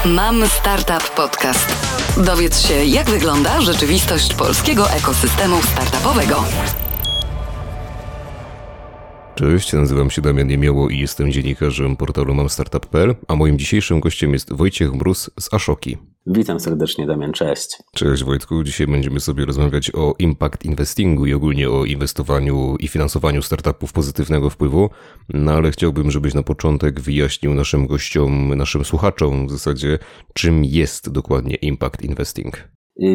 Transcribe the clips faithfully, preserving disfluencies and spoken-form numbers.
Mam Startup Podcast. Dowiedz się, jak wygląda rzeczywistość polskiego ekosystemu startupowego. Cześć, nazywam się Damian Niemioło i jestem dziennikarzem portalu mam startup kropka p l, a moim dzisiejszym gościem jest Wojciech Mróz z Ashoki. Witam serdecznie, Damian, cześć. Cześć Wojtku, dzisiaj będziemy sobie rozmawiać o impact investingu i ogólnie o inwestowaniu i finansowaniu startupów pozytywnego wpływu, no ale chciałbym, żebyś na początek wyjaśnił naszym gościom, naszym słuchaczom w zasadzie, czym jest dokładnie impact investing.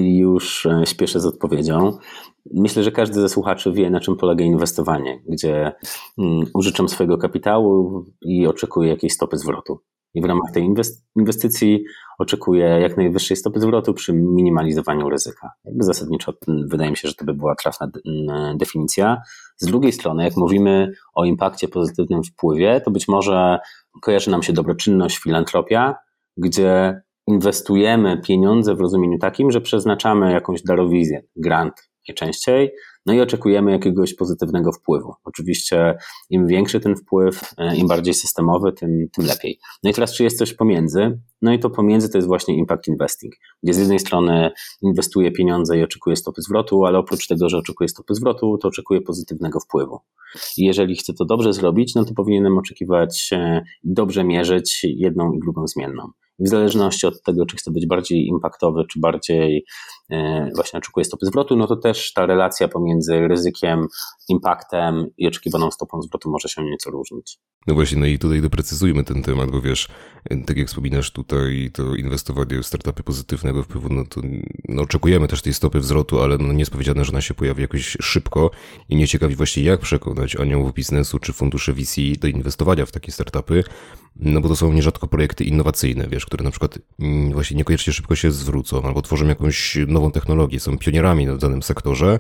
Już śpieszę z odpowiedzią. Myślę, że każdy ze słuchaczy wie, na czym polega inwestowanie, gdzie um, użyczam swojego kapitału i oczekuję jakiejś stopy zwrotu. I w ramach tej inwestycji oczekuję jak najwyższej stopy zwrotu przy minimalizowaniu ryzyka. Jakby zasadniczo wydaje mi się, że to by była trafna definicja. Z drugiej strony, jak mówimy o impakcie, pozytywnym wpływie, to być może kojarzy nam się dobroczynność, filantropia, gdzie inwestujemy pieniądze w rozumieniu takim, że przeznaczamy jakąś darowizję, grant najczęściej, no i oczekujemy jakiegoś pozytywnego wpływu. Oczywiście im większy ten wpływ, im bardziej systemowy, tym, tym lepiej. No i teraz czy jest coś pomiędzy? No i to pomiędzy to jest właśnie impact investing, gdzie z jednej strony inwestuję pieniądze i oczekuję stopy zwrotu, ale oprócz tego, że oczekuję stopy zwrotu, to oczekuję pozytywnego wpływu. I jeżeli chcę to dobrze zrobić, no to powinienem oczekiwać i dobrze mierzyć jedną i drugą zmienną. W zależności od tego, czy chcę być bardziej impaktowy, czy bardziej e, właśnie oczekuję stopy zwrotu, no to też ta relacja pomiędzy ryzykiem, impaktem i oczekiwaną stopą zwrotu może się nieco różnić. No właśnie, no i tutaj doprecyzujmy ten temat, bo wiesz, tak jak wspominasz tutaj, to inwestowanie w startupy pozytywnego wpływu, no to no oczekujemy też tej stopy wzrostu, ale no nie jest powiedziane, że ona się pojawi jakoś szybko i nie ciekawi właśnie jak przekonać aniołów biznesu czy fundusze V C do inwestowania w takie startupy, no bo to są nierzadko projekty innowacyjne, wiesz, które na przykład właśnie niekoniecznie szybko się zwrócą albo tworzą jakąś nową technologię, są pionierami w danym sektorze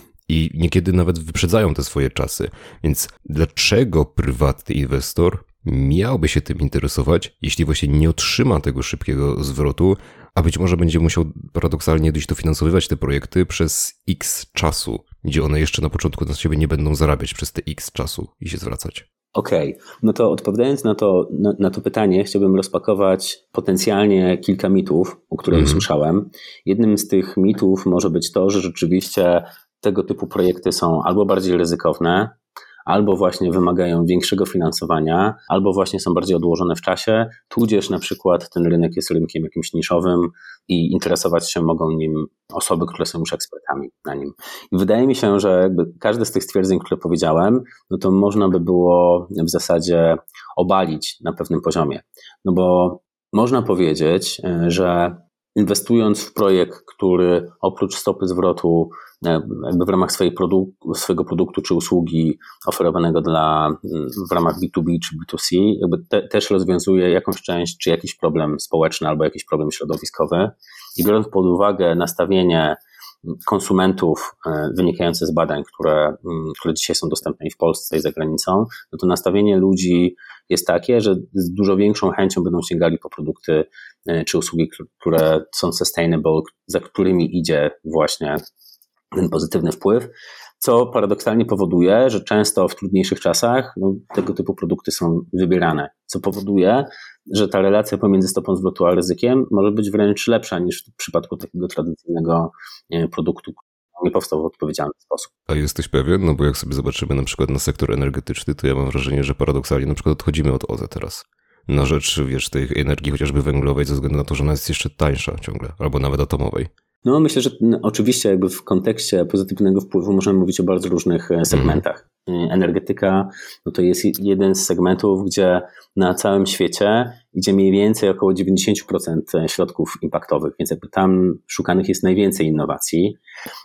i niekiedy nawet wyprzedzają te swoje czasy. Więc dlaczego prywatny inwestor miałby się tym interesować, jeśli właśnie nie otrzyma tego szybkiego zwrotu, a być może będzie musiał paradoksalnie dość dofinansowywać te projekty przez X czasu, gdzie one jeszcze na początku na siebie nie będą zarabiać przez te X czasu i się zwracać? Okej, okay. No to odpowiadając na to, na, na to pytanie, chciałbym rozpakować potencjalnie kilka mitów, o których mm. słyszałem. Jednym z tych mitów może być to, że rzeczywiście tego typu projekty są albo bardziej ryzykowne, albo właśnie wymagają większego finansowania, albo właśnie są bardziej odłożone w czasie, tudzież na przykład ten rynek jest rynkiem jakimś niszowym i interesować się mogą nim osoby, które są już ekspertami na nim. I wydaje mi się, że jakby każde z tych stwierdzeń, które powiedziałem, no to można by było w zasadzie obalić na pewnym poziomie. No bo można powiedzieć, że inwestując w projekt, który oprócz stopy zwrotu jakby w ramach swojej produk- swojego produktu czy usługi oferowanego dla, w ramach B dwa B czy B dwa C, jakby te, też rozwiązuje jakąś część czy jakiś problem społeczny albo jakiś problem środowiskowy i biorąc pod uwagę nastawienie konsumentów wynikające z badań, które, które dzisiaj są dostępne i w Polsce i za granicą, no to nastawienie ludzi jest takie, że z dużo większą chęcią będą sięgali po produkty czy usługi, które są sustainable, za którymi idzie właśnie ten pozytywny wpływ, co paradoksalnie powoduje, że często w trudniejszych czasach no, tego typu produkty są wybierane, co powoduje, że ta relacja pomiędzy stopą zwrotu a ryzykiem może być wręcz lepsza niż w przypadku takiego tradycyjnego produktu, który nie powstał w odpowiedzialny sposób. A jesteś pewien? No bo jak sobie zobaczymy na przykład na sektor energetyczny, to ja mam wrażenie, że paradoksalnie na przykład odchodzimy od O Z E teraz. Na rzecz, wiesz, tej energii chociażby węglowej ze względu na to, że ona jest jeszcze tańsza ciągle, albo nawet atomowej. No myślę, że oczywiście jakby w kontekście pozytywnego wpływu możemy mówić o bardzo różnych segmentach. Mm. Energetyka no to jest jeden z segmentów, gdzie na całym świecie idzie mniej więcej około dziewięćdziesiąt procent środków impaktowych, więc jakby tam szukanych jest najwięcej innowacji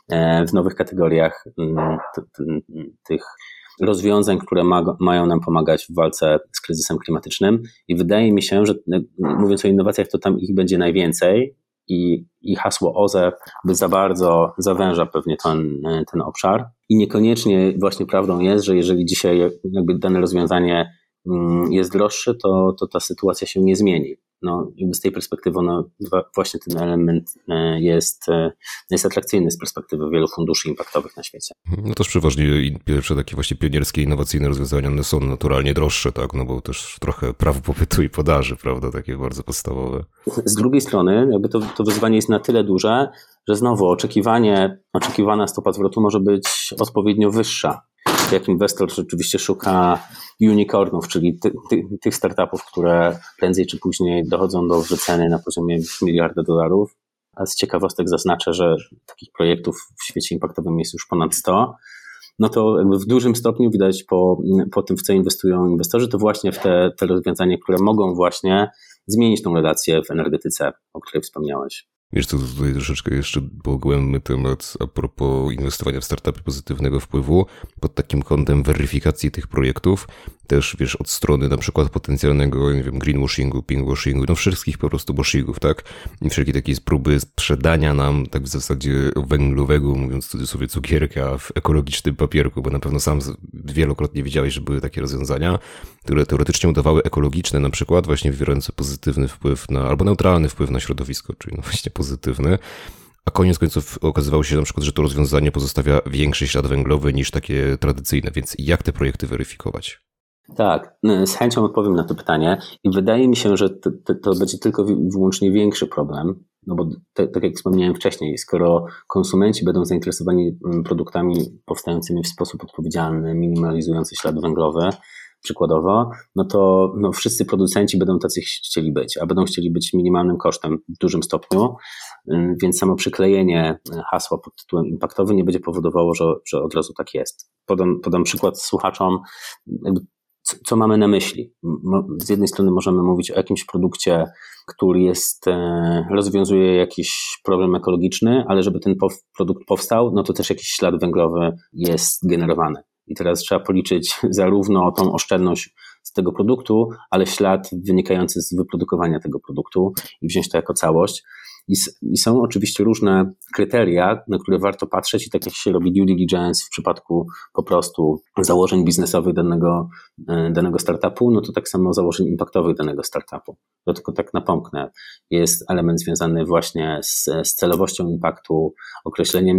w nowych kategoriach tych rozwiązań, które ma, mają nam pomagać w walce z kryzysem klimatycznym i wydaje mi się, że mówiąc o innowacjach, to tam ich będzie najwięcej i, i hasło O Z E by za bardzo zawęża pewnie ten, ten obszar i niekoniecznie właśnie prawdą jest, że jeżeli dzisiaj jakby dane rozwiązanie jest droższe, to, to ta sytuacja się nie zmieni. no, jakby z tej perspektywy no, właśnie ten element jest, jest atrakcyjny z perspektywy wielu funduszy impaktowych na świecie. No też przeważnie pierwsze takie właśnie pionierskie, innowacyjne rozwiązania one są naturalnie droższe, tak, no bo też trochę prawo popytu i podaży, prawda, takie bardzo podstawowe. Z drugiej strony jakby to, to wyzwanie jest na tyle duże, że znowu oczekiwanie, oczekiwana stopa zwrotu może być odpowiednio wyższa. Jak inwestor rzeczywiście szuka unicornów, czyli ty, ty, tych startupów, które prędzej czy później dochodzą do wyceny na poziomie miliarda dolarów, a z ciekawostek zaznaczę, że takich projektów w świecie impaktowym jest już ponad sto, no to jakby w dużym stopniu widać po, po tym, w co inwestują inwestorzy, to właśnie w te, te rozwiązania, które mogą właśnie zmienić tą relację w energetyce, o której wspomniałeś. Wiesz co, tutaj troszeczkę jeszcze pogłębmy temat a propos inwestowania w startupy pozytywnego wpływu pod takim kątem weryfikacji tych projektów, też wiesz, od strony na przykład potencjalnego, nie wiem, greenwashingu, pinkwashingu, no wszystkich po prostu washingów, tak? I wszelkie takie próby sprzedania nam tak w zasadzie węglowego, mówiąc w cudzysłowie, cukierka w ekologicznym papierku, bo na pewno sam wielokrotnie widziałeś, że były takie rozwiązania, które teoretycznie udawały ekologiczne na przykład, właśnie wywierające pozytywny wpływ na, albo neutralny wpływ na środowisko, czyli no właśnie pozytywny, a koniec końców okazywało się na przykład, że to rozwiązanie pozostawia większy ślad węglowy niż takie tradycyjne, więc jak te projekty weryfikować? Tak, z chęcią odpowiem na to pytanie i wydaje mi się, że to, to, to będzie tylko i wyłącznie większy problem, no bo te, tak jak wspomniałem wcześniej, skoro konsumenci będą zainteresowani produktami powstającymi w sposób odpowiedzialny, minimalizujący ślad węglowy, przykładowo, no to no wszyscy producenci będą tacy chcieli być, a będą chcieli być minimalnym kosztem w dużym stopniu, więc samo przyklejenie hasła pod tytułem impaktowy nie będzie powodowało, że, że od razu tak jest. Podam, podam przykład słuchaczom, jakby co, co mamy na myśli. Z jednej strony możemy mówić o jakimś produkcie, który jest, rozwiązuje jakiś problem ekologiczny, ale żeby ten produkt powstał, no to też jakiś ślad węglowy jest generowany. I teraz trzeba policzyć zarówno tą oszczędność z tego produktu, ale ślad wynikający z wyprodukowania tego produktu i wziąć to jako całość. I, I są oczywiście różne kryteria, na które warto patrzeć i tak jak się robi due diligence w przypadku po prostu założeń biznesowych danego, danego startupu, no to tak samo założeń impaktowych danego startupu. To tylko tak napomknę. Jest element związany właśnie z, z celowością impaktu, określeniem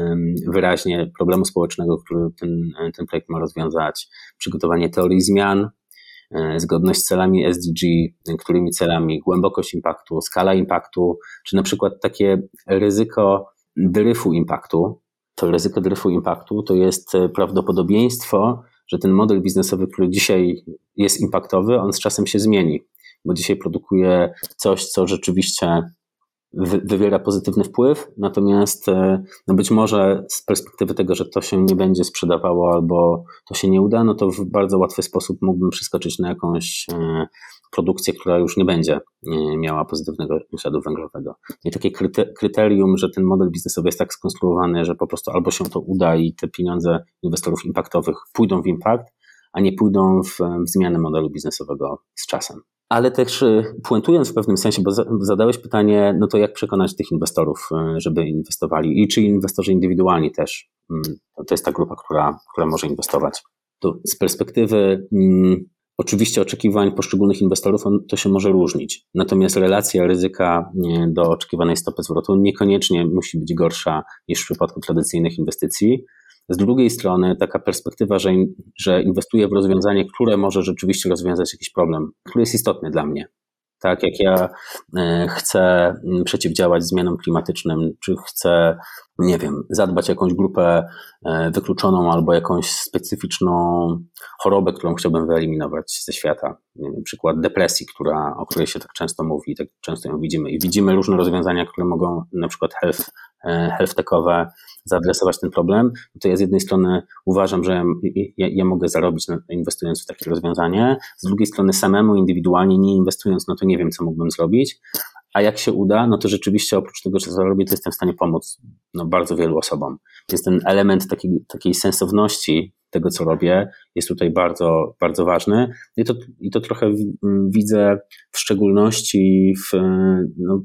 wyraźnie problemu społecznego, który ten, ten projekt ma rozwiązać, przygotowanie teorii zmian, zgodność z celami S D G, którymi celami, głębokość impaktu, skala impaktu, czy na przykład takie ryzyko dryfu impaktu. To ryzyko dryfu impaktu to jest prawdopodobieństwo, że ten model biznesowy, który dzisiaj jest impaktowy, on z czasem się zmieni, bo dzisiaj produkuje coś, co rzeczywiście wywiera pozytywny wpływ, natomiast no być może z perspektywy tego, że to się nie będzie sprzedawało albo to się nie uda, no to w bardzo łatwy sposób mógłbym przeskoczyć na jakąś produkcję, która już nie będzie miała pozytywnego śladu węglowego. I takie kryterium, że ten model biznesowy jest tak skonstruowany, że po prostu albo się to uda i te pieniądze inwestorów impaktowych pójdą w impact, a nie pójdą w, w zmianę modelu biznesowego z czasem. Ale też puentując w pewnym sensie, bo zadałeś pytanie, no to jak przekonać tych inwestorów, żeby inwestowali i czy inwestorzy indywidualni też, to jest ta grupa, która, która może inwestować. To z perspektywy um, oczywiście oczekiwań poszczególnych inwestorów on, to się może różnić, natomiast relacja ryzyka do oczekiwanej stopy zwrotu niekoniecznie musi być gorsza niż w przypadku tradycyjnych inwestycji. Z drugiej strony taka perspektywa, że, że inwestuję w rozwiązanie, które może rzeczywiście rozwiązać jakiś problem, który jest istotny dla mnie. Tak jak ja chcę przeciwdziałać zmianom klimatycznym, czy chcę, nie wiem, zadbać o jakąś grupę wykluczoną albo jakąś specyficzną chorobę, którą chciałbym wyeliminować ze świata. Nie wiem, przykład depresji, która, o której się tak często mówi, tak często ją widzimy. I widzimy różne rozwiązania, które mogą na przykład health, health techowe zaadresować ten problem. To ja z jednej strony uważam, że ja, ja mogę zarobić inwestując w takie rozwiązanie, z drugiej strony samemu indywidualnie nie inwestując, no to nie wiem, co mógłbym zrobić, a jak się uda, no to rzeczywiście oprócz tego, że zarobię, to jestem w stanie pomóc no, bardzo wielu osobom. Więc ten element takiej, takiej sensowności tego, co robię, jest tutaj bardzo, bardzo ważny i to, i to trochę widzę w szczególności w, no,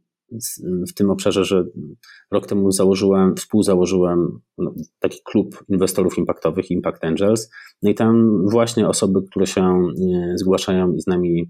w tym obszarze, że rok temu założyłem, współzałożyłem no, taki klub inwestorów impaktowych, Impact Angels, no i tam właśnie osoby, które się zgłaszają i z nami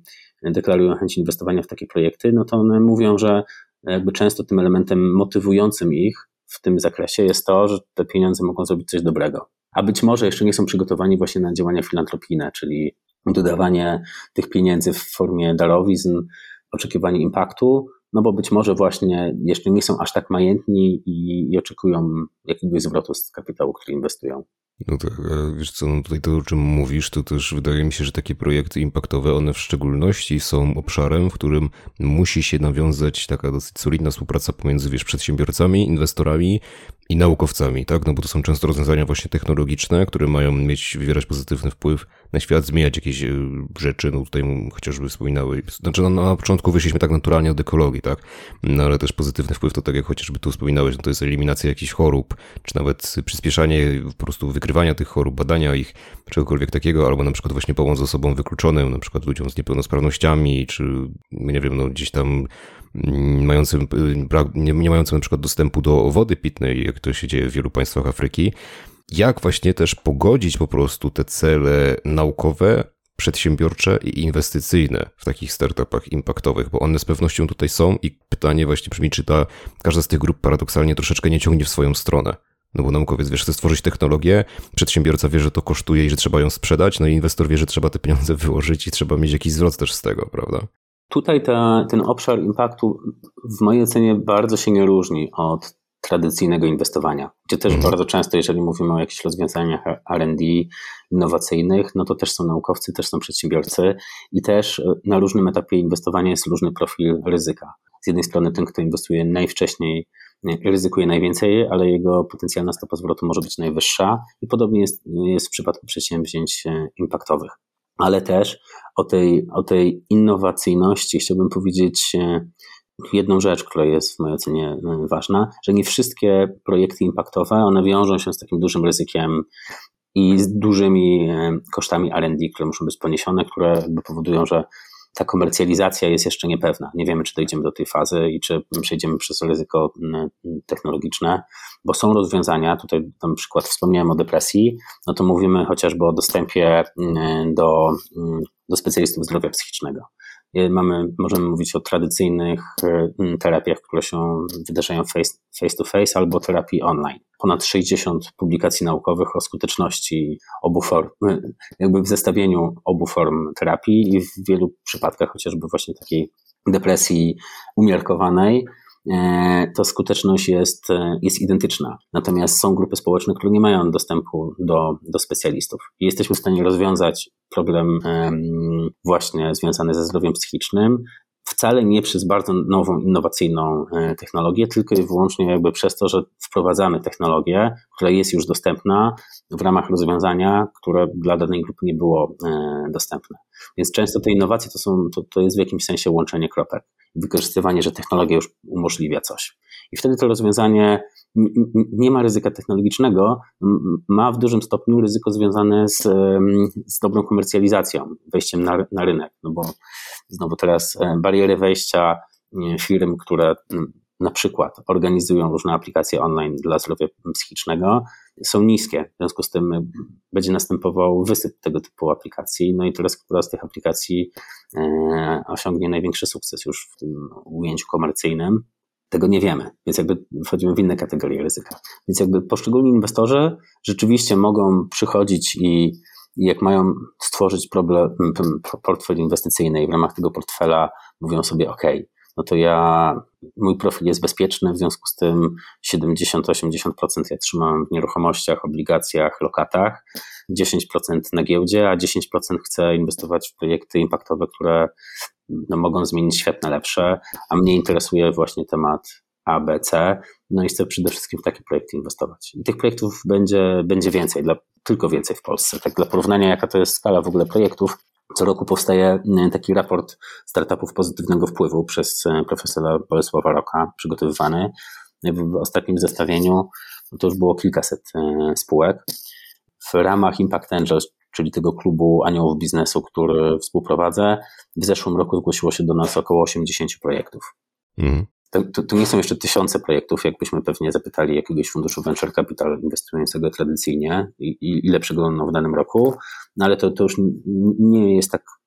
deklarują chęć inwestowania w takie projekty, no to one mówią, że jakby często tym elementem motywującym ich w tym zakresie jest to, że te pieniądze mogą zrobić coś dobrego. A być może jeszcze nie są przygotowani właśnie na działania filantropijne, czyli dodawanie tych pieniędzy w formie darowizn, oczekiwanie impaktu, no bo być może właśnie jeszcze nie są aż tak majętni i, i oczekują jakiegoś zwrotu z kapitału, który inwestują. No tak, wiesz co, no tutaj to, o czym mówisz, to też wydaje mi się, że takie projekty impaktowe, one w szczególności są obszarem, w którym musi się nawiązać taka dosyć solidna współpraca pomiędzy, wiesz, przedsiębiorcami, inwestorami i naukowcami, tak? No bo to są często rozwiązania właśnie technologiczne, które mają mieć, wywierać pozytywny wpływ na świat, zmieniać jakieś rzeczy, no tutaj chociażby wspominały, znaczy no, na początku wyszliśmy tak naturalnie od ekologii, tak? No ale też pozytywny wpływ to tak jak chociażby tu wspominałeś, no to jest eliminacja jakichś chorób, czy nawet przyspieszanie po prostu wykrywania tych chorób, badania ich, czegokolwiek takiego, albo na przykład właśnie pomoc osobom wykluczonym, na przykład ludziom z niepełnosprawnościami, czy nie wiem, no gdzieś tam mającym, nie, nie mającym na przykład dostępu do wody pitnej, jak to się dzieje w wielu państwach Afryki. Jak właśnie też pogodzić po prostu te cele naukowe, przedsiębiorcze i inwestycyjne w takich startupach impaktowych, bo one z pewnością tutaj są i pytanie właśnie brzmi, czy ta każda z tych grup paradoksalnie troszeczkę nie ciągnie w swoją stronę. No bo naukowiec, wiesz, chce stworzyć technologię, przedsiębiorca wie, że to kosztuje i że trzeba ją sprzedać, no i inwestor wie, że trzeba te pieniądze wyłożyć i trzeba mieć jakiś zwrot też z tego, prawda? Tutaj ta, ten obszar impaktu w mojej ocenie bardzo się nie różni od tradycyjnego inwestowania, gdzie też mhm. bardzo często, jeżeli mówimy o jakichś rozwiązaniach R and D innowacyjnych, no to też są naukowcy, też są przedsiębiorcy i też na różnym etapie inwestowania jest różny profil ryzyka. Z jednej strony ten, kto inwestuje najwcześniej, ryzykuje najwięcej, ale jego potencjalna stopa zwrotu może być najwyższa i podobnie jest, jest w przypadku przedsięwzięć impaktowych. Ale też o tej, o tej innowacyjności chciałbym powiedzieć jedną rzecz, która jest w mojej ocenie ważna, że nie wszystkie projekty impaktowe, one wiążą się z takim dużym ryzykiem i z dużymi kosztami R and D, które muszą być poniesione, które jakby powodują, że ta komercjalizacja jest jeszcze niepewna. Nie wiemy, czy dojdziemy do tej fazy i czy przejdziemy przez ryzyko technologiczne, bo są rozwiązania, tutaj tam przykład wspomniałem o depresji, no to mówimy chociażby o dostępie do, do specjalistów zdrowia psychicznego. Mamy, możemy mówić o tradycyjnych terapiach, które się wydarzają face, face to face albo terapii online. Ponad sześćdziesiąt publikacji naukowych o skuteczności obu form, jakby w zestawieniu obu form terapii i w wielu przypadkach chociażby właśnie takiej depresji umiarkowanej, to skuteczność jest, jest identyczna. Natomiast są grupy społeczne, które nie mają dostępu do, do specjalistów. I jesteśmy w stanie rozwiązać problem właśnie związany ze zdrowiem psychicznym, wcale nie przez bardzo nową, innowacyjną technologię, tylko i wyłącznie jakby przez to, że wprowadzamy technologię, która jest już dostępna w ramach rozwiązania, które dla danej grupy nie było dostępne. Więc często te innowacje to, są, to, to jest w jakimś sensie łączenie kropek. Wykorzystywanie, że technologia już umożliwia coś. I wtedy to rozwiązanie nie ma ryzyka technologicznego, ma w dużym stopniu ryzyko związane z, z dobrą komercjalizacją, wejściem na, na rynek. No bo znowu teraz bariery wejścia firm, które na przykład organizują różne aplikacje online dla zdrowia psychicznego, są niskie. W związku z tym będzie następował wysyp tego typu aplikacji. No i teraz która z tych aplikacji e, osiągnie największy sukces już w tym ujęciu komercyjnym, tego nie wiemy. Więc jakby wchodzimy w inne kategorie ryzyka. Więc jakby poszczególni inwestorzy rzeczywiście mogą przychodzić i, i jak mają stworzyć problem, portfel inwestycyjny i w ramach tego portfela mówią sobie ok, no to ja, mój profil jest bezpieczny, w związku z tym siedemdziesiąt do osiemdziesięciu procent ja trzymam w nieruchomościach, obligacjach, lokatach, dziesięć procent na giełdzie, a dziesięć procent chcę inwestować w projekty impaktowe, które no, mogą zmienić świat na lepsze, a mnie interesuje właśnie temat A, B, C, no i chcę przede wszystkim w takie projekty inwestować. I tych projektów będzie, będzie więcej, dla, tylko więcej w Polsce. Tak dla porównania, jaka to jest skala w ogóle projektów, co roku powstaje taki raport startupów pozytywnego wpływu przez profesora Bolesława Roka, przygotowywany. W ostatnim zestawieniu to już było kilkaset spółek. W ramach Impact Angels, czyli tego klubu aniołów biznesu, który współprowadzę, w zeszłym roku zgłosiło się do nas około osiemdziesiąt projektów. Mhm. To, to, to nie są jeszcze tysiące projektów, jakbyśmy pewnie zapytali jakiegoś funduszu venture capital inwestującego tradycyjnie i, i ile przeglądną w danym roku, no ale to, to już nie jest tak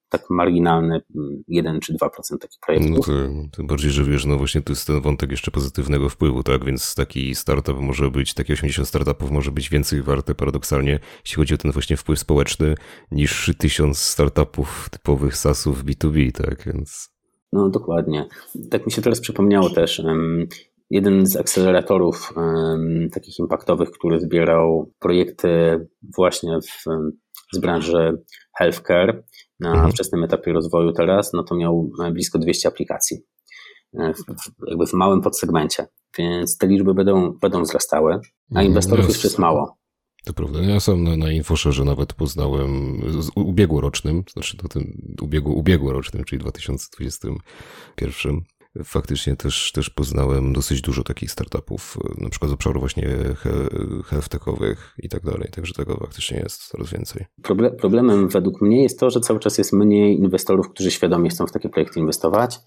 tak marginalny jeden czy dwa procent takich projektów. No to, tym bardziej, że wiesz, no właśnie to jest ten wątek jeszcze pozytywnego wpływu, tak, więc taki startup może być, takie osiemdziesiąt startupów może być więcej warte paradoksalnie, jeśli chodzi o ten właśnie wpływ społeczny, niż tysiąc startupów typowych SaaSów B dwa B, tak, więc... No dokładnie. Tak mi się teraz przypomniało też, um, jeden z akceleratorów um, takich impaktowych, który zbierał projekty właśnie w, z branży healthcare na mhm. wczesnym etapie rozwoju teraz, no to miał blisko dwieście aplikacji, w, jakby w małym podsegmencie, więc te liczby będą, będą wzrastały, a inwestorów yes. jeszcze jest mało. To prawda. Ja sam na, na Infoszerze nawet poznałem z ubiegłorocznym, znaczy to tym ubiegu, ubiegłorocznym, czyli dwa tysiące dwudziestym pierwszym. Faktycznie też, też poznałem dosyć dużo takich startupów, na przykład z obszaru właśnie health techowych i tak dalej, także tego faktycznie jest coraz więcej. Problem, problemem według mnie jest to, że cały czas jest mniej inwestorów, którzy świadomie chcą w takie projekty inwestować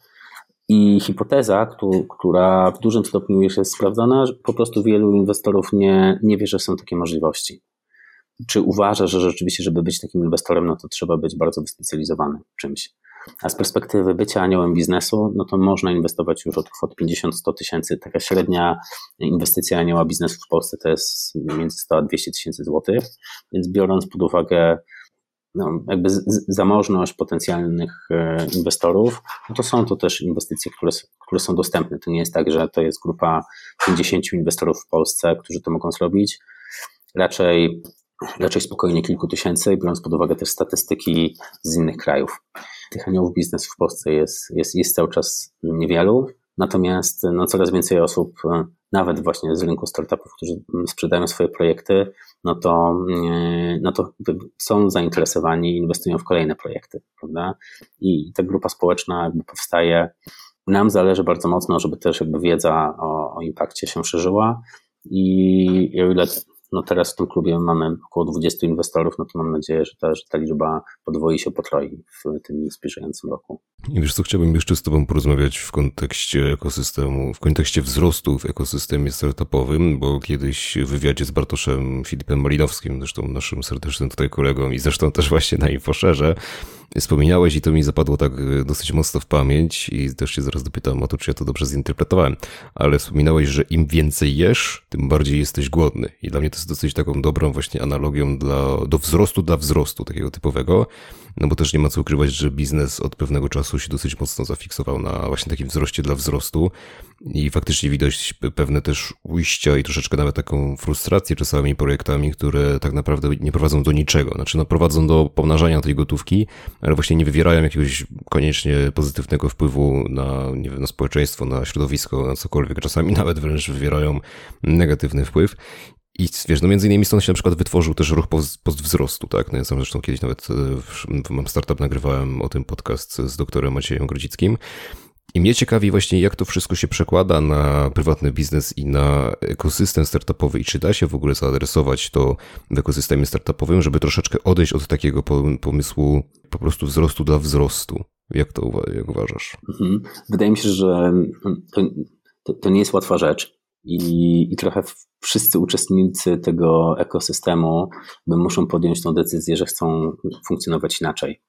i hipoteza, która w dużym stopniu już jest sprawdzona, że po prostu wielu inwestorów nie, nie wie, że są takie możliwości. Czy uważa, że rzeczywiście, żeby być takim inwestorem, no to trzeba być bardzo wyspecjalizowanym w czymś. A z perspektywy bycia aniołem biznesu, no to można inwestować już od kwot pięćdziesiąt do stu tysięcy. Taka średnia inwestycja anioła biznesu w Polsce to jest między sto a dwieście tysięcy złotych, więc biorąc pod uwagę no, jakby z, zamożność potencjalnych e, inwestorów, no to są to też inwestycje, które, które są dostępne. To nie jest tak, że to jest grupa pięćdziesięciu inwestorów w Polsce, którzy to mogą zrobić. Raczej, raczej spokojnie kilku tysięcy, biorąc pod uwagę też statystyki z innych krajów. Tych aniołów biznesu w Polsce jest, jest, jest cały czas niewielu, natomiast no, coraz więcej osób, nawet właśnie z rynku startupów, którzy sprzedają swoje projekty, no to, no to są zainteresowani i inwestują w kolejne projekty, prawda? I ta grupa społeczna jakby powstaje. Nam zależy bardzo mocno, żeby też jakby wiedza o, o impakcie się szerzyła i o ile no teraz w tym klubie mamy około dwudziestu inwestorów, no to mam nadzieję, że ta, że ta liczba podwoi się, potroi w tym zbliżającym roku. I wiesz co, chciałbym jeszcze z Tobą porozmawiać w kontekście ekosystemu, w kontekście wzrostu w ekosystemie startupowym, bo kiedyś w wywiadzie z Bartoszem Filipem Malinowskim, zresztą naszym serdecznym tutaj kolegą i zresztą też właśnie na Infoszerze, wspominałeś i to mi zapadło tak dosyć mocno w pamięć i też się zaraz dopytam o to, czy ja to dobrze zinterpretowałem, ale wspominałeś, że im więcej jesz, tym bardziej jesteś głodny i dla mnie to jest dosyć taką dobrą właśnie analogią dla, do wzrostu dla wzrostu takiego typowego, no bo też nie ma co ukrywać, że biznes od pewnego czasu się dosyć mocno zafiksował na właśnie takim wzroście dla wzrostu i faktycznie widać pewne też ujścia i troszeczkę nawet taką frustrację czasami projektami, które tak naprawdę nie prowadzą do niczego, znaczy no prowadzą do pomnażania tej gotówki, ale właśnie nie wywierają jakiegoś koniecznie pozytywnego wpływu na, nie wiem, na społeczeństwo, na środowisko, na cokolwiek, czasami nawet wręcz wywierają negatywny wpływ. I wiesz, no między innymi stąd się na przykład wytworzył też ruch postwzrostu, tak? No ja sam zresztą kiedyś nawet w Mam Startup nagrywałem o tym podcast z doktorem Maciejem Grodzickim. I mnie ciekawi właśnie, jak to wszystko się przekłada na prywatny biznes i na ekosystem startupowy i czy da się w ogóle zaadresować to w ekosystemie startupowym, żeby troszeczkę odejść od takiego pomysłu po prostu wzrostu dla wzrostu. Jak to jak uważasz? Mhm. Wydaje mi się, że to, to, to nie jest łatwa rzecz i, i trochę wszyscy uczestnicy tego ekosystemu muszą podjąć tą decyzję, że chcą funkcjonować inaczej.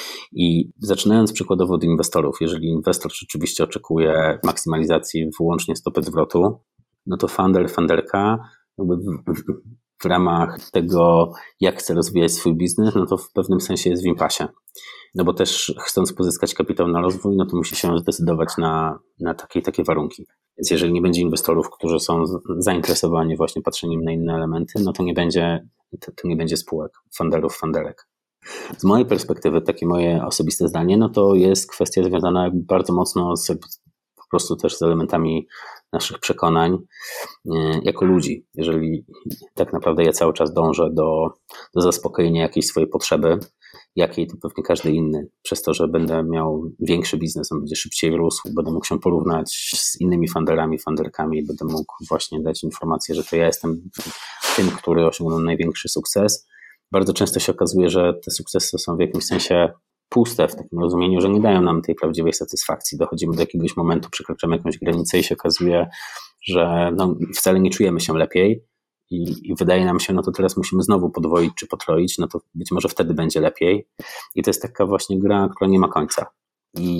I zaczynając przykładowo od inwestorów, jeżeli inwestor rzeczywiście oczekuje maksymalizacji wyłącznie stopy zwrotu, no to funder, funderka jakby w, w, w ramach tego, jak chce rozwijać swój biznes, no to w pewnym sensie jest w impasie. No bo też chcąc pozyskać kapitał na rozwój, no to musi się zdecydować na, na takie, takie warunki. Więc jeżeli nie będzie inwestorów, którzy są zainteresowani właśnie patrzeniem na inne elementy, no to nie będzie, to, to nie będzie spółek, funderów, funderek. Z mojej perspektywy, takie moje osobiste zdanie, no to jest kwestia związana bardzo mocno z, po prostu też z elementami naszych przekonań jako ludzi. Jeżeli tak naprawdę ja cały czas dążę do, do zaspokojenia jakiejś swojej potrzeby, jakiej to pewnie każdy inny, przez to, że będę miał większy biznes, on będzie szybciej rósł, będę mógł się porównać z innymi funderami, funderkami, będę mógł właśnie dać informację, że to ja jestem tym, który osiągnął największy sukces. Bardzo często się okazuje, że te sukcesy są w jakimś sensie puste w takim rozumieniu, że nie dają nam tej prawdziwej satysfakcji. Dochodzimy do jakiegoś momentu, przekroczymy jakąś granicę i się okazuje, że no, wcale nie czujemy się lepiej i, i wydaje nam się, no to teraz musimy znowu podwoić czy potroić, no to być może wtedy będzie lepiej. I to jest taka właśnie gra, która nie ma końca. I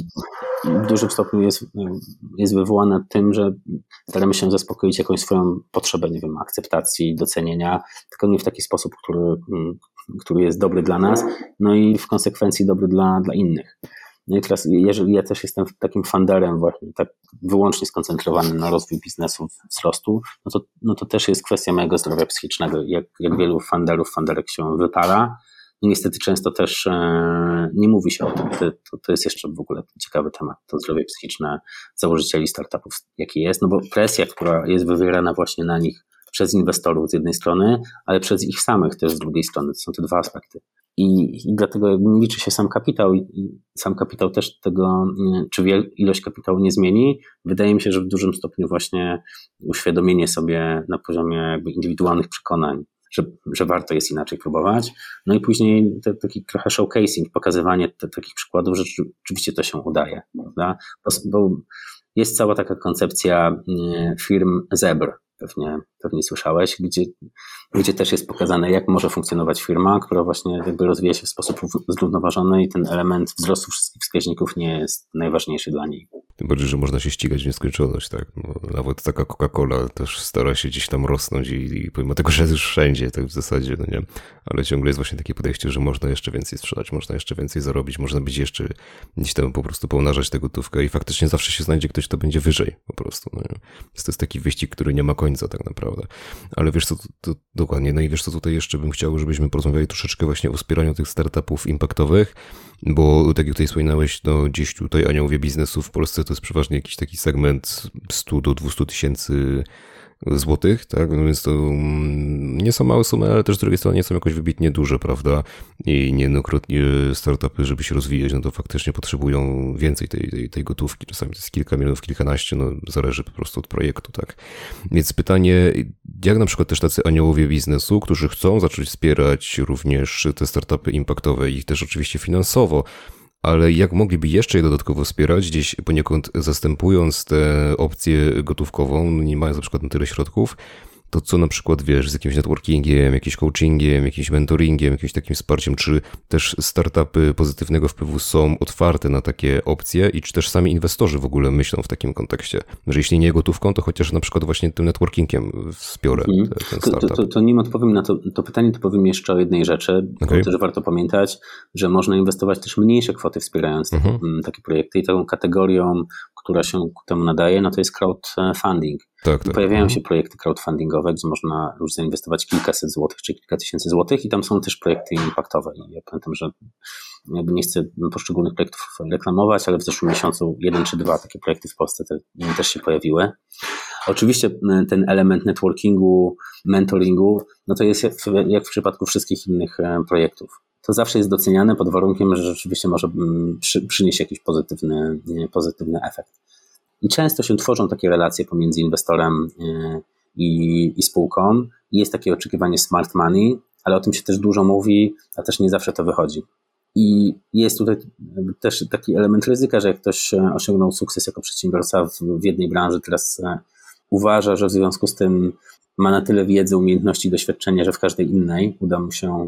w dużym stopniu jest, jest wywołana tym, że staramy się zaspokoić jakąś swoją potrzebę, nie wiem, akceptacji, docenienia, tylko nie w taki sposób, który, który jest dobry dla nas, no i w konsekwencji dobry dla, dla innych. No i teraz, jeżeli ja też jestem takim funderem właśnie, tak wyłącznie skoncentrowanym na rozwój biznesu, wzrostu, no to, no to też jest kwestia mojego zdrowia psychicznego. Jak, jak wielu funderów, funderek się wypala, no niestety często też e, nie mówi się o tym. To, to, to jest jeszcze w ogóle ciekawy temat, to zdrowie psychiczne założycieli startupów, jakie jest, no bo presja, która jest wywierana właśnie na nich przez inwestorów z jednej strony, ale przez ich samych też z drugiej strony. To są te dwa aspekty. I, i dlatego jakby nie liczy się sam kapitał i, i sam kapitał też tego, czy wiel, ilość kapitału nie zmieni. Wydaje mi się, że w dużym stopniu właśnie uświadomienie sobie na poziomie jakby indywidualnych przekonań, że, że warto jest inaczej próbować. No i później te, taki trochę showcasing, pokazywanie te, takich przykładów, że rzeczywiście to się udaje, prawda? Bo, bo jest cała taka koncepcja firm zebr, pewnie, pewnie słyszałeś, gdzie, gdzie też jest pokazane, jak może funkcjonować firma, która właśnie jakby rozwija się w sposób zrównoważony i ten element wzrostu wszystkich wskaźników nie jest najważniejszy dla niej. Tym bardziej, że można się ścigać w nieskończoność, tak? Bo nawet taka Coca-Cola też stara się gdzieś tam rosnąć i, i pomimo tego, że jest już wszędzie, tak w zasadzie, no nie? Ale ciągle jest właśnie takie podejście, że można jeszcze więcej sprzedać, można jeszcze więcej zarobić, można być jeszcze gdzieś tam po prostu pomnażać tę gotówkę i faktycznie zawsze się znajdzie ktoś, kto będzie wyżej po prostu, no nie? To jest taki wyścig, który nie ma końca tak naprawdę. Ale wiesz co, to, to, dokładnie, no i wiesz co, tutaj jeszcze bym chciał, żebyśmy porozmawiali troszeczkę właśnie o wspieraniu tych startupów impaktowych, bo tak jak tutaj wspominałeś, no gdzieś tutaj aniołowie biznesu w Polsce to jest przeważnie jakiś taki segment sto do dwustu tysięcy złotych, tak, no więc to nie są małe sumy, ale też z drugiej strony nie są jakoś wybitnie duże, prawda, i niejednokrotnie startupy, żeby się rozwijać, no to faktycznie potrzebują więcej tej, tej, tej gotówki, czasami to jest kilka milionów, kilkanaście, no zależy po prostu od projektu, tak, więc pytanie, jak na przykład też tacy aniołowie biznesu, którzy chcą zacząć wspierać również te startupy impaktowe, ich też oczywiście finansowo, ale jak mogliby jeszcze je dodatkowo wspierać, gdzieś poniekąd zastępując tę opcję gotówkową, nie mając na przykład na tyle środków, to co na przykład, wiesz, z jakimś networkingiem, jakimś coachingiem, jakimś mentoringiem, jakimś takim wsparciem, czy też startupy pozytywnego wpływu są otwarte na takie opcje i czy też sami inwestorzy w ogóle myślą w takim kontekście, że jeśli nie gotówką, to chociaż na przykład właśnie tym networkingiem wspiorę hmm. ten startup. To, to, to nim odpowiem na to, to pytanie, to powiem jeszcze o jednej rzeczy, okay. Też warto pamiętać, że można inwestować też mniejsze kwoty wspierając mhm. takie, takie projekty i taką kategorią, która się ku temu nadaje, no to jest crowdfunding. Tak, tak. Pojawiają się projekty crowdfundingowe, gdzie można już zainwestować kilkaset złotych czy kilka tysięcy złotych i tam są też projekty impaktowe. I ja pamiętam, że jakby nie chcę poszczególnych projektów reklamować, ale w zeszłym miesiącu jeden czy dwa takie projekty w Polsce te, też się pojawiły. Oczywiście ten element networkingu, mentoringu, no to jest jak w, jak w przypadku wszystkich innych projektów. To zawsze jest doceniane pod warunkiem, że rzeczywiście może przy, przynieść jakiś pozytywny, pozytywny efekt. I często się tworzą takie relacje pomiędzy inwestorem i, i spółką i jest takie oczekiwanie smart money, ale o tym się też dużo mówi, a też nie zawsze to wychodzi. I jest tutaj też taki element ryzyka, że jak ktoś osiągnął sukces jako przedsiębiorca w, w jednej branży, teraz uważa, że w związku z tym ma na tyle wiedzy, umiejętności, doświadczenia, że w każdej innej uda mu się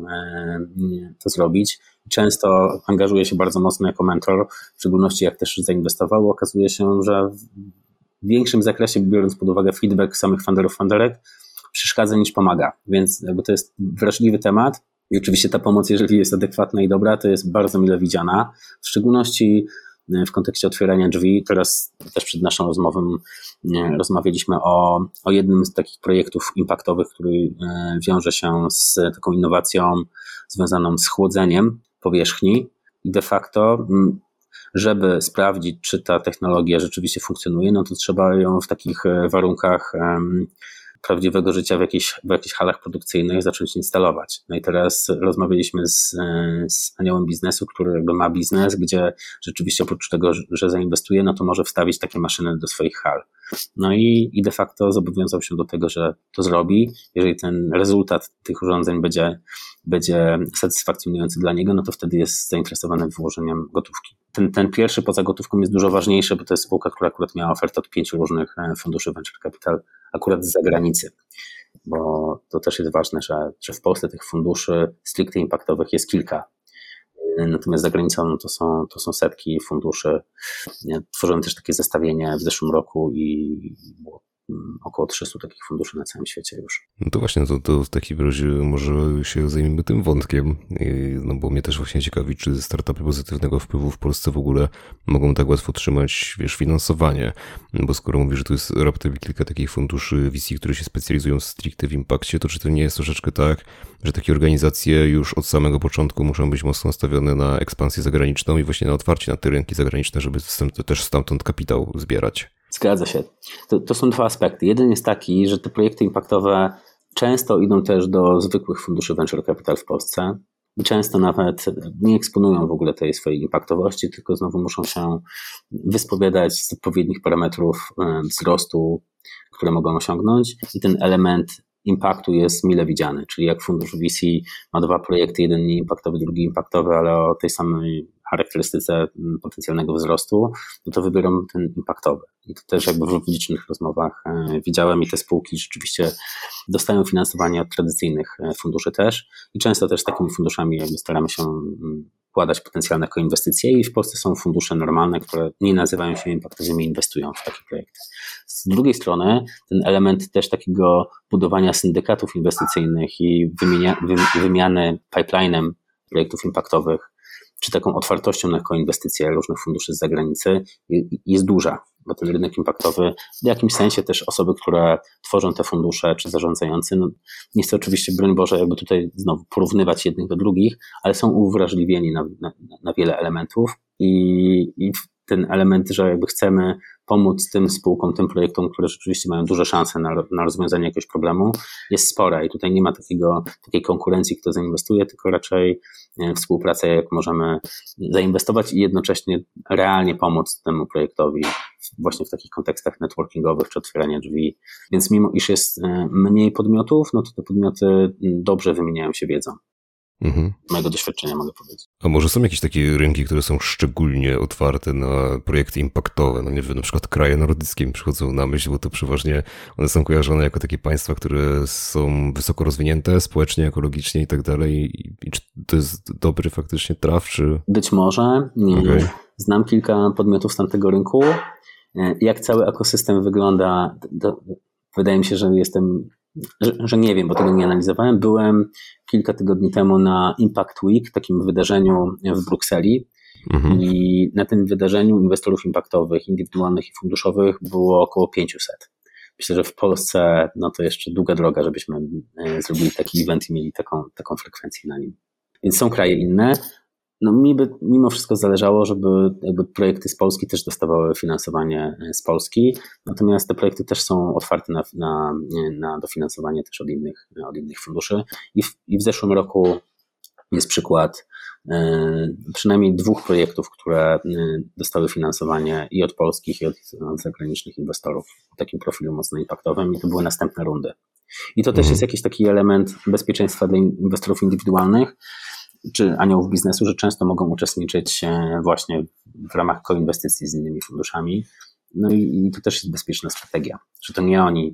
to zrobić. Często angażuje się bardzo mocno jako mentor, w szczególności jak też zainwestował, okazuje się, że w większym zakresie, biorąc pod uwagę feedback samych funderów, funderek, przeszkadza niż pomaga, więc jakby to jest wrażliwy temat i oczywiście ta pomoc, jeżeli jest adekwatna i dobra, to jest bardzo mile widziana, w szczególności w kontekście otwierania drzwi. Teraz też przed naszą rozmową rozmawialiśmy o, o jednym z takich projektów impaktowych, który wiąże się z taką innowacją związaną z chłodzeniem powierzchni i de facto, żeby sprawdzić, czy ta technologia rzeczywiście funkcjonuje, no to trzeba ją w takich warunkach prawdziwego życia w jakichś, w jakichś halach produkcyjnych zacząć instalować. No i teraz rozmawialiśmy z, z aniołem biznesu, który jakby ma biznes, gdzie rzeczywiście oprócz tego, że zainwestuje, no to może wstawić takie maszyny do swoich hal. No i, i de facto zobowiązał się do tego, że to zrobi. Jeżeli ten rezultat tych urządzeń będzie, będzie satysfakcjonujący dla niego, no to wtedy jest zainteresowany wyłożeniem gotówki. Ten, ten pierwszy poza gotówką jest dużo ważniejszy, bo to jest spółka, która akurat miała ofertę od pięciu różnych funduszy venture capital, akurat z zagranicy. bo to też jest ważne, że, że w Polsce tych funduszy stricte impaktowych jest kilka. Natomiast za granicą no to, są, to są setki funduszy. Tworzyłem też takie zestawienie w zeszłym roku i było około trzysta takich funduszy na całym świecie już. No to właśnie, to, to w takim razie może się zajmiemy tym wątkiem, no bo mnie też właśnie ciekawi, czy startupy pozytywnego wpływu w Polsce w ogóle mogą tak łatwo otrzymać, wiesz, finansowanie, bo skoro mówisz, że to jest raptem kilka takich funduszy V C, które się specjalizują stricte w impakcie, to czy to nie jest troszeczkę tak, że takie organizacje już od samego początku muszą być mocno nastawione na ekspansję zagraniczną i właśnie na otwarcie na te rynki zagraniczne, żeby też stamtąd kapitał zbierać? Zgadza się. To, to są dwa aspekty. Jeden jest taki, że te projekty impaktowe często idą też do zwykłych funduszy venture capital w Polsce i często nawet nie eksponują w ogóle tej swojej impaktowości, tylko znowu muszą się wyspowiadać z odpowiednich parametrów wzrostu, które mogą osiągnąć i ten element impaktu jest mile widziany, czyli jak fundusz V C ma dwa projekty, jeden nieimpaktowy, drugi impaktowy, ale o tej samej charakterystyce potencjalnego wzrostu, no to wybieram ten impaktowy. I to też jakby w licznych rozmowach widziałem i te spółki rzeczywiście dostają finansowanie od tradycyjnych funduszy też i często też z takimi funduszami jakby staramy się wkładać potencjalne koinwestycje i w Polsce są fundusze normalne, które nie nazywają się impaktowymi, inwestują w takie projekty. Z drugiej strony ten element też takiego budowania syndykatów inwestycyjnych i wymienia, wy, wymiany pipeline'em projektów impaktowych, czy taką otwartością na koinwestycje różnych funduszy z zagranicy jest duża, bo ten rynek impaktowy w jakimś sensie też osoby, które tworzą te fundusze, czy zarządzający, no nie chcę oczywiście, broń Boże, jakby tutaj znowu porównywać jednych do drugich, ale są uwrażliwieni na, na, na wiele elementów i, i ten element, że jakby chcemy pomóc tym spółkom, tym projektom, które rzeczywiście mają duże szanse na, na rozwiązanie jakiegoś problemu, jest spora i tutaj nie ma takiego, takiej konkurencji, kto zainwestuje, tylko raczej współpraca, jak możemy zainwestować i jednocześnie realnie pomóc temu projektowi właśnie w takich kontekstach networkingowych czy otwierania drzwi. Więc mimo iż jest mniej podmiotów, no to te podmioty dobrze wymieniają się wiedzą. Mhm. Mojego doświadczenia mogę powiedzieć. A może są jakieś takie rynki, które są szczególnie otwarte na projekty impaktowe? No nie wiem, na przykład kraje nordyckie mi przychodzą na myśl, bo to przeważnie one są kojarzone jako takie państwa, które są wysoko rozwinięte społecznie, ekologicznie i tak dalej. I czy to jest dobry faktycznie traf, czy... Być może. Okay. Znam kilka podmiotów z tamtego rynku. Jak cały ekosystem wygląda, to wydaje mi się, że jestem... Że, że nie wiem, bo tego nie analizowałem. Byłem kilka tygodni temu na Impact Week, takim wydarzeniu w Brukseli mhm. i na tym wydarzeniu inwestorów impaktowych, indywidualnych i funduszowych było około pięćset. Myślę, że w Polsce no to jeszcze długa droga, żebyśmy zrobili taki event i mieli taką, taką frekwencję na nim. Więc są kraje inne. No mi by mimo wszystko zależało, żeby jakby projekty z Polski też dostawały finansowanie z Polski, natomiast te projekty też są otwarte na, na, na dofinansowanie też od innych, od innych funduszy i w, i w zeszłym roku jest przykład y, przynajmniej dwóch projektów, które y, dostały finansowanie i od polskich i od, od zagranicznych inwestorów w takim profilu mocno impaktowym i to były następne rundy. I to też jest jakiś taki element bezpieczeństwa dla inwestorów indywidualnych, czy aniołów biznesu, że często mogą uczestniczyć właśnie w ramach koinwestycji z innymi funduszami. No i, i to też jest bezpieczna strategia, że to nie oni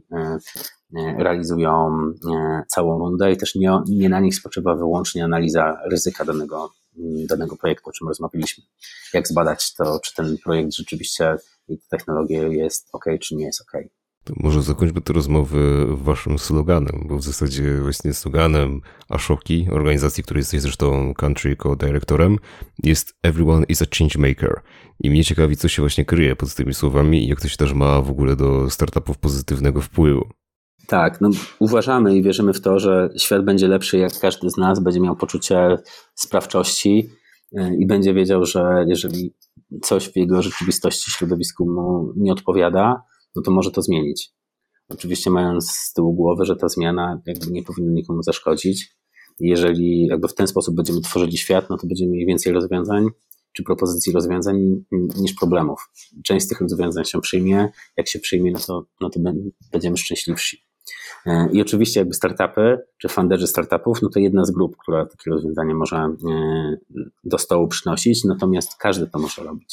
realizują całą rundę i też nie, nie na nich spoczywa wyłącznie analiza ryzyka danego, danego projektu, o czym rozmawialiśmy. Jak zbadać to, czy ten projekt rzeczywiście i technologia jest ok, czy nie jest ok. To może zakończmy tę rozmowę waszym sloganem, bo w zasadzie właśnie sloganem Ashoki, organizacji, której jesteś zresztą country co-dyrektorem, jest Everyone is a change maker. I mnie ciekawi, co się właśnie kryje pod tymi słowami i jak to się też ma w ogóle do startupów pozytywnego wpływu. Tak, no uważamy i wierzymy w to, że świat będzie lepszy, jak każdy z nas będzie miał poczucie sprawczości i będzie wiedział, że jeżeli coś w jego rzeczywistości, środowisku mu nie odpowiada, no to może to zmienić. Oczywiście mając z tyłu głowy, że ta zmiana jakby nie powinna nikomu zaszkodzić. Jeżeli jakby w ten sposób będziemy tworzyli świat, no to będziemy mieli więcej rozwiązań, czy propozycji rozwiązań niż problemów. Część z tych rozwiązań się przyjmie, jak się przyjmie, no to, no to będziemy szczęśliwsi. I oczywiście jakby startupy, czy funderzy startupów, no to jedna z grup, która takie rozwiązanie może do stołu przynosić, natomiast każdy to może robić.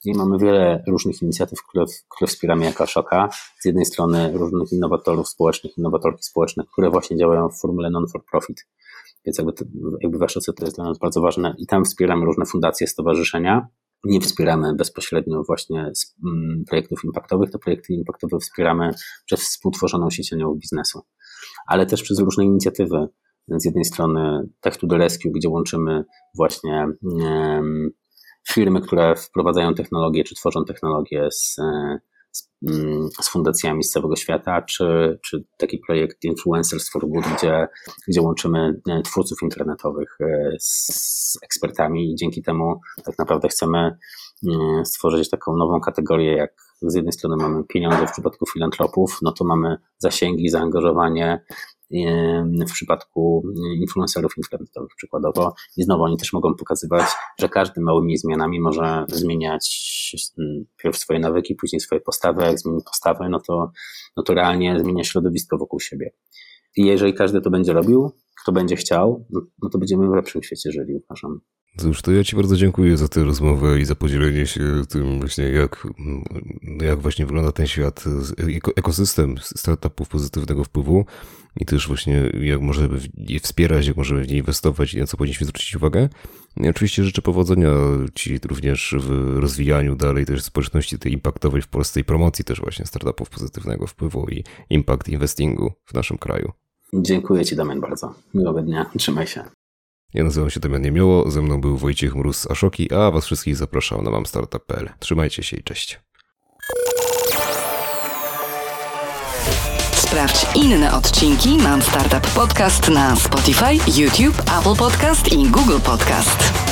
I mamy wiele różnych inicjatyw, które, które wspieramy jako Ashoka. Z jednej strony różnych innowatorów społecznych, innowatorki społeczne, które właśnie działają w formule non-for-profit. Więc jakby, to, jakby w Ashoce to jest dla nas bardzo ważne. I tam wspieramy różne fundacje, stowarzyszenia. Nie wspieramy bezpośrednio właśnie z mm, projektów impaktowych. Te projekty impaktowe wspieramy przez współtworzoną sieć aniołów biznesu. Ale też przez różne inicjatywy. Z jednej strony Tech to the Rescue, gdzie łączymy właśnie um, firmy, które wprowadzają technologię, czy tworzą technologię z, z, z fundacjami z całego świata, czy, czy taki projekt Influencers for Good, gdzie, gdzie łączymy twórców internetowych z, z ekspertami i dzięki temu tak naprawdę chcemy stworzyć taką nową kategorię, jak z jednej strony mamy pieniądze w przypadku filantropów, no to mamy zasięgi, zaangażowanie w przypadku influencerów internetowych przykładowo i znowu oni też mogą pokazywać, że każdy małymi zmianami może zmieniać pierw swoje nawyki, później swoje postawy, jak zmieni postawę, no to, no to realnie zmienia środowisko wokół siebie. I jeżeli każdy to będzie robił, kto będzie chciał, no to będziemy w lepszym świecie żyli, uważam. Cóż, to ja Ci bardzo dziękuję za tę rozmowę i za podzielenie się tym właśnie, jak, jak właśnie wygląda ten świat, ekosystem startupów pozytywnego wpływu i też właśnie jak możemy je wspierać, jak możemy w nie inwestować i na co powinniśmy zwrócić uwagę. I oczywiście życzę powodzenia Ci również w rozwijaniu dalej też społeczności tej impaktowej w Polsce i promocji też właśnie startupów pozytywnego wpływu i impact investingu w naszym kraju. Dziękuję Ci, Damian, bardzo. Miłego dnia. Trzymaj się. Ja nazywam się Damian Niemioło, ze mną był Wojciech Mróz z Ashoki, a Was wszystkich zapraszam na mam startup kropka p l. Trzymajcie się i cześć. Sprawdź inne odcinki Mam Startup Podcast na Spotify, YouTube, Apple Podcast i Google Podcast.